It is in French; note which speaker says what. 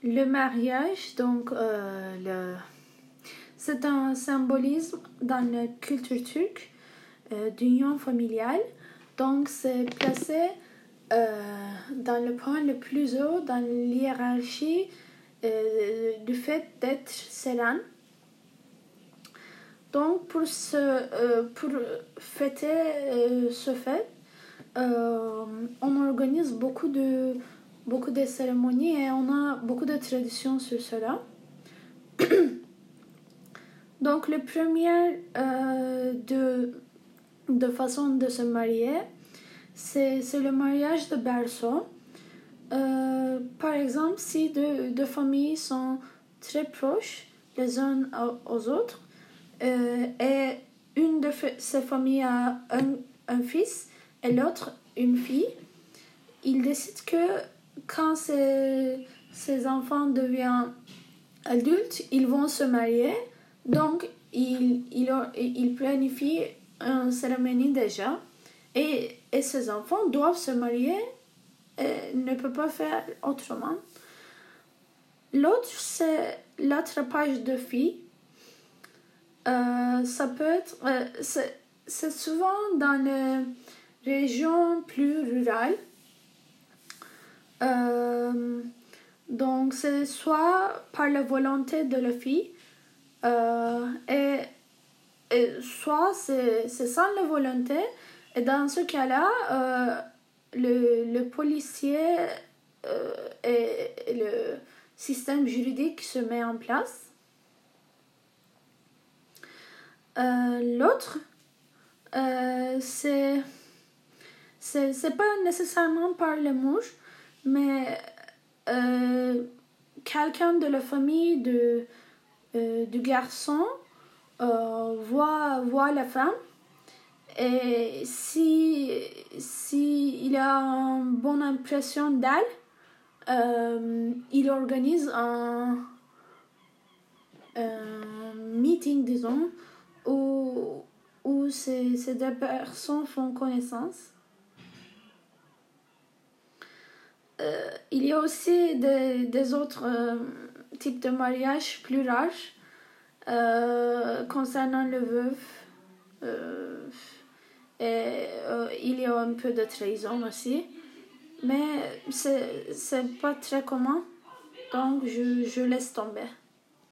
Speaker 1: Le mariage, donc, c'est un symbolisme dans la culture turque d'union familiale. Donc, c'est placé dans le point le plus haut dans la hiérarchie du fait d'être serein. Donc, pour fêter ce fait, on organise beaucoup de cérémonies et on a beaucoup de traditions sur cela. Donc, le premier de façon de se marier, c'est le mariage de berceau. Par exemple, si deux familles sont très proches les unes aux autres et une de ces familles a un fils et l'autre une fille, ils décident que quand ces enfants deviennent adultes, ils vont se marier. Donc, ils planifient une cérémonie déjà. Et ces enfants doivent se marier et ne peuvent pas faire autrement. L'autre, c'est l'attrapage de filles. Ça peut être... c'est souvent dans les régions plus rurales. Donc, c'est soit par la volonté de la fille, et soit c'est sans la volonté. Et dans ce cas-là, le policier et le système juridique se met en place. L'autre, c'est pas nécessairement par le mouche, mais quelqu'un de la famille du garçon voit la femme. Et si il a une bonne impression d'elle, il organise un meeting, disons, où ces deux personnes font connaissance. Il y a aussi des autres types de mariages plus rares concernant le veuf. Et il y a un peu de trahison aussi, mais c'est pas très commun, donc je laisse tomber.